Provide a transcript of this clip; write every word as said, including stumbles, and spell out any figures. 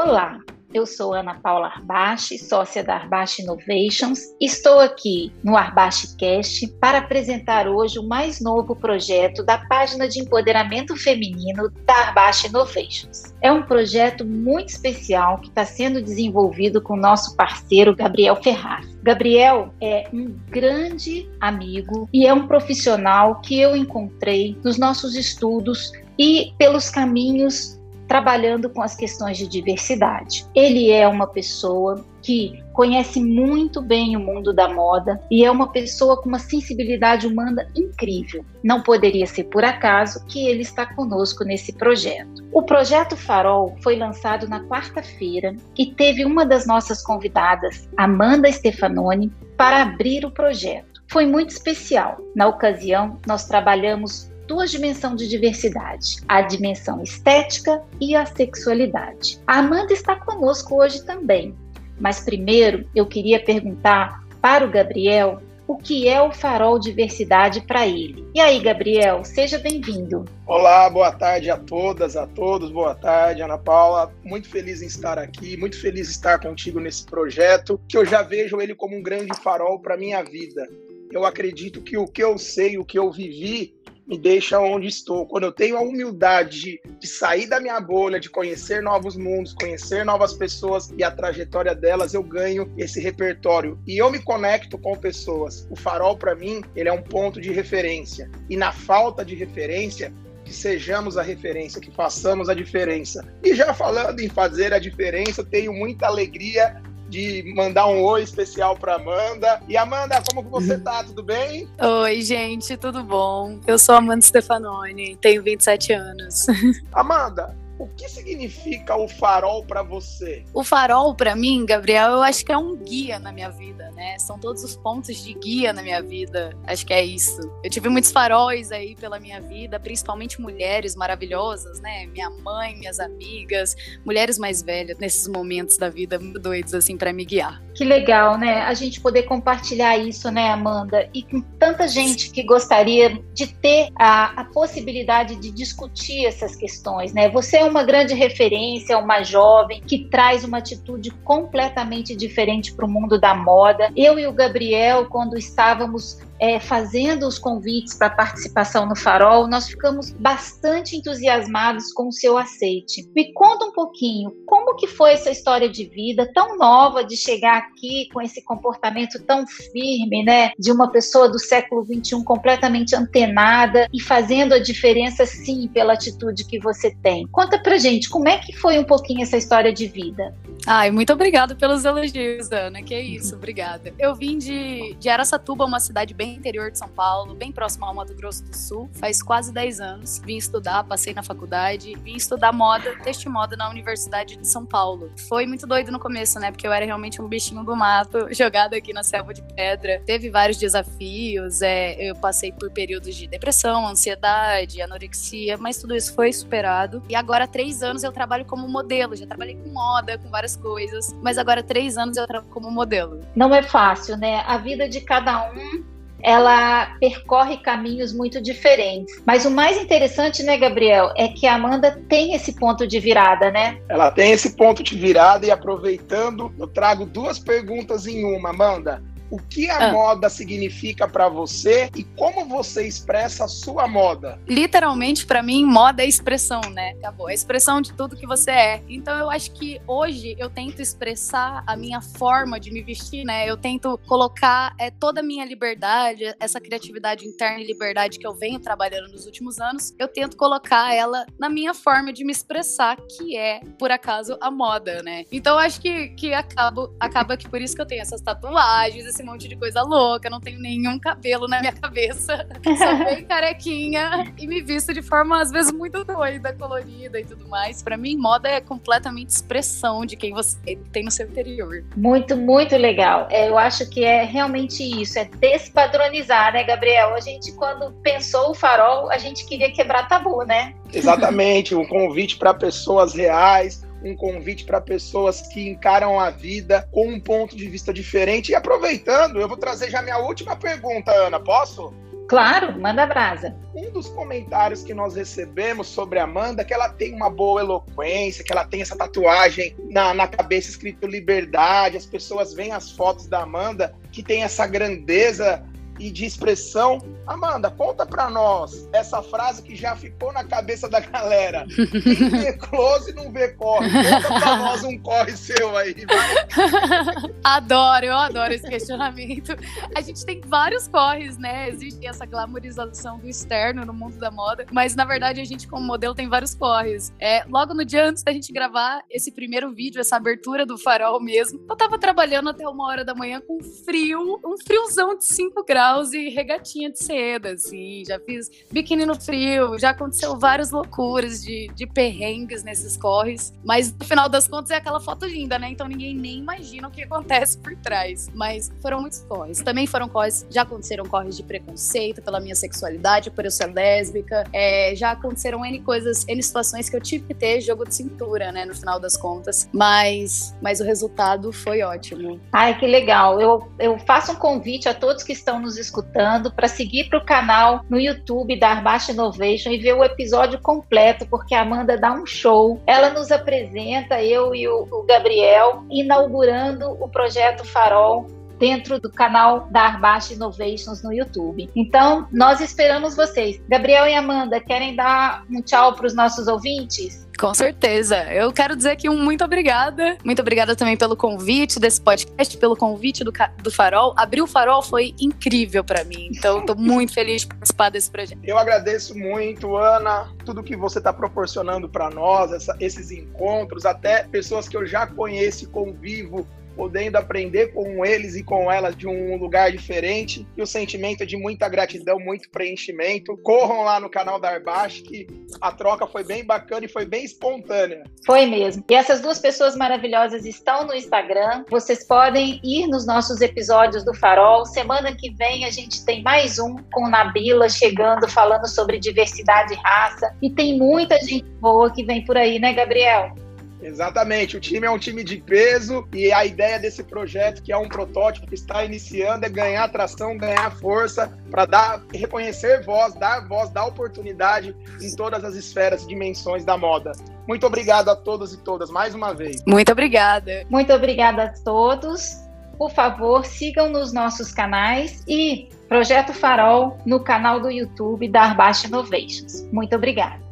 Olá, eu sou Ana Paula Arbache, sócia da Arbache Innovations. Estou aqui no ArbacheCast para apresentar hoje o mais novo projeto da página de empoderamento feminino da Arbache Innovations. É um projeto muito especial que está sendo desenvolvido com o nosso parceiro Gabriel Ferraz. Gabriel é um grande amigo e é um profissional que eu encontrei nos nossos estudos e pelos caminhos trabalhando com as questões de diversidade. Ele é uma pessoa que conhece muito bem o mundo da moda e é uma pessoa com uma sensibilidade humana incrível. Não poderia ser por acaso que ele está conosco nesse projeto. O Projeto Farol foi lançado na quarta-feira e teve uma das nossas convidadas, Amanda Stefanoni, para abrir o projeto. Foi muito especial. Na ocasião, nós trabalhamos duas dimensões de diversidade, a dimensão estética e a sexualidade. A Amanda está conosco hoje também, mas primeiro eu queria perguntar para o Gabriel o que é o Farol Diversidade para ele. E aí, Gabriel, seja bem-vindo. Olá, boa tarde a todas, a todos, boa tarde, Ana Paula. Muito feliz em estar aqui, muito feliz em estar contigo nesse projeto, que eu já vejo ele como um grande farol para a minha vida. Eu acredito que o que eu sei, o que eu vivi, me deixa onde estou. Quando eu tenho a humildade de, de sair da minha bolha, de conhecer novos mundos, conhecer novas pessoas e a trajetória delas, eu ganho esse repertório. E eu me conecto com pessoas. O Farol, para mim, ele é um ponto de referência. E na falta de referência, que sejamos a referência, que façamos a diferença. E já falando em fazer a diferença, tenho muita alegria de mandar um oi especial para Amanda. E Amanda, como que você tá? Tudo bem? Oi, gente, tudo bom? Eu sou Amanda Stefanoni, tenho vinte e sete anos. Amanda, o que significa o farol para você? O farol, para mim, Gabriel, eu acho que é um guia na minha vida, né? São todos os pontos de guia na minha vida. Acho que é isso. Eu tive muitos faróis aí pela minha vida, principalmente mulheres maravilhosas, né? Minha mãe, minhas amigas, mulheres mais velhas nesses momentos da vida muito doidos, assim, para me guiar. Que legal, né? A gente poder compartilhar isso, né, Amanda? E com tanta gente que gostaria de ter a, a possibilidade de discutir essas questões, né? Você é uma grande referência, uma jovem que traz uma atitude completamente diferente para o mundo da moda. Eu e o Gabriel, quando estávamos É, fazendo os convites para participação no Farol, nós ficamos bastante entusiasmados com o seu aceite. Me conta um pouquinho, como que foi essa história de vida tão nova, de chegar aqui com esse comportamento tão firme, né, de uma pessoa do século vinte e um completamente antenada e fazendo a diferença, sim, pela atitude que você tem. Conta pra gente, como é que foi um pouquinho essa história de vida? Ai, muito obrigada pelos elogios, Ana, que é isso, obrigada. Eu vim de, de Araçatuba, uma cidade bem interior de São Paulo, bem próximo ao Mato Grosso do Sul, faz quase dez anos. Vim estudar, passei na faculdade, vim estudar moda, texto e moda na Universidade de São Paulo. Foi muito doido no começo, né, porque eu era realmente um bichinho do mato, jogado aqui na selva de pedra. Teve vários desafios, é, eu passei por períodos de depressão, ansiedade, anorexia, mas tudo isso foi superado. E agora há três anos eu trabalho como modelo, já trabalhei com moda, com várias coisas, mas agora há três anos eu trabalho como modelo. Não é fácil, né? A vida de cada um, ela percorre caminhos muito diferentes. Mas o mais interessante, né, Gabriel, é que a Amanda tem esse ponto de virada, né? Ela tem esse ponto de virada e, aproveitando, eu trago duas perguntas em uma, Amanda. O que a ah. moda significa para você e como você expressa a sua moda? Literalmente, para mim, moda é expressão, né? Acabou. É expressão de tudo que você é. Então, eu acho que hoje eu tento expressar a minha forma de me vestir, né? Eu tento colocar é, toda a minha liberdade, essa criatividade interna e liberdade que eu venho trabalhando nos últimos anos, eu tento colocar ela na minha forma de me expressar, que é, por acaso, a moda, né? Então, eu acho que, que acabo, acaba que por isso que eu tenho essas tatuagens, esse monte de coisa louca, não tenho nenhum cabelo na minha cabeça, sou bem carequinha e me visto de forma às vezes muito doida, colorida e tudo mais. Pra mim, moda é completamente expressão de quem você tem no seu interior. Muito, muito legal. É, eu acho que é realmente isso, é despadronizar, né, Gabriel? A gente, quando pensou o Farol, a gente queria quebrar tabu, né? Exatamente, um convite para pessoas reais, um convite para pessoas que encaram a vida com um ponto de vista diferente. E aproveitando, eu vou trazer já minha última pergunta, Ana, posso? Claro, manda brasa. Um dos comentários que nós recebemos sobre a Amanda é que ela tem uma boa eloquência, que ela tem essa tatuagem na, na cabeça escrito liberdade. As pessoas veem as fotos da Amanda que tem essa grandeza e de expressão. Amanda, conta pra nós essa frase que já ficou na cabeça da galera. Quem vê close não vê corre. Conta pra nós um corre seu aí, vai. Adoro, eu adoro esse questionamento. A gente tem vários corres, né? Existe essa glamorização do externo no mundo da moda, mas na verdade a gente como modelo tem vários corres. É, logo no dia antes da gente gravar esse primeiro vídeo, essa abertura do Farol mesmo, eu tava trabalhando até uma hora da manhã com frio, um friozão de cinco graus e regatinha de seda, assim, já fiz biquíni no frio, já aconteceu várias loucuras de, de perrengues nesses corres, mas no final das contas é aquela foto linda, né, então ninguém nem imagina o que acontece por trás, mas foram muitos corres, também foram corres, já aconteceram corres de preconceito pela minha sexualidade, por eu ser lésbica, é, já aconteceram N coisas, N situações que eu tive que ter jogo de cintura, né, no final das contas, mas, mas o resultado foi ótimo. Ai, que legal, eu, eu faço um convite a todos que estão nos escutando para seguir para o canal no YouTube da Arbash Innovation e ver o episódio completo, porque a Amanda dá um show. Ela nos apresenta, eu e o, o Gabriel, inaugurando o projeto Farol dentro do canal da Arbash Innovations no YouTube. Então, nós esperamos vocês. Gabriel e Amanda, querem dar um tchau para os nossos ouvintes? Com certeza. Eu quero dizer aqui um muito obrigada. Muito obrigada também pelo convite desse podcast, pelo convite do, do Farol. Abrir o Farol foi incrível para mim. Então, estou muito feliz de participar desse projeto. Eu agradeço muito, Ana, tudo que você está proporcionando para nós, essa, esses encontros, até pessoas que eu já conheço e convivo, podendo aprender com eles e com elas de um lugar diferente, e o sentimento é de muita gratidão, muito preenchimento. Corram lá no canal da Arbash, que a troca foi bem bacana e foi bem espontânea. Foi mesmo. E essas duas pessoas maravilhosas estão no Instagram. Vocês podem ir nos nossos episódios do Farol. Semana que vem a gente tem mais um com Nabila chegando, falando sobre diversidade e raça. E tem muita gente boa que vem por aí, né, Gabriel? Exatamente, o time é um time de peso e a ideia desse projeto, que é um protótipo que está iniciando, é ganhar atração, ganhar força para dar, reconhecer voz, dar voz, dar oportunidade em todas as esferas e dimensões da moda. Muito obrigado a todos e todas, mais uma vez. Muito obrigada. Muito obrigada a todos. Por favor, sigam nos nossos canais e Projeto Farol no canal do YouTube da Arbash Innovations. Muito obrigada.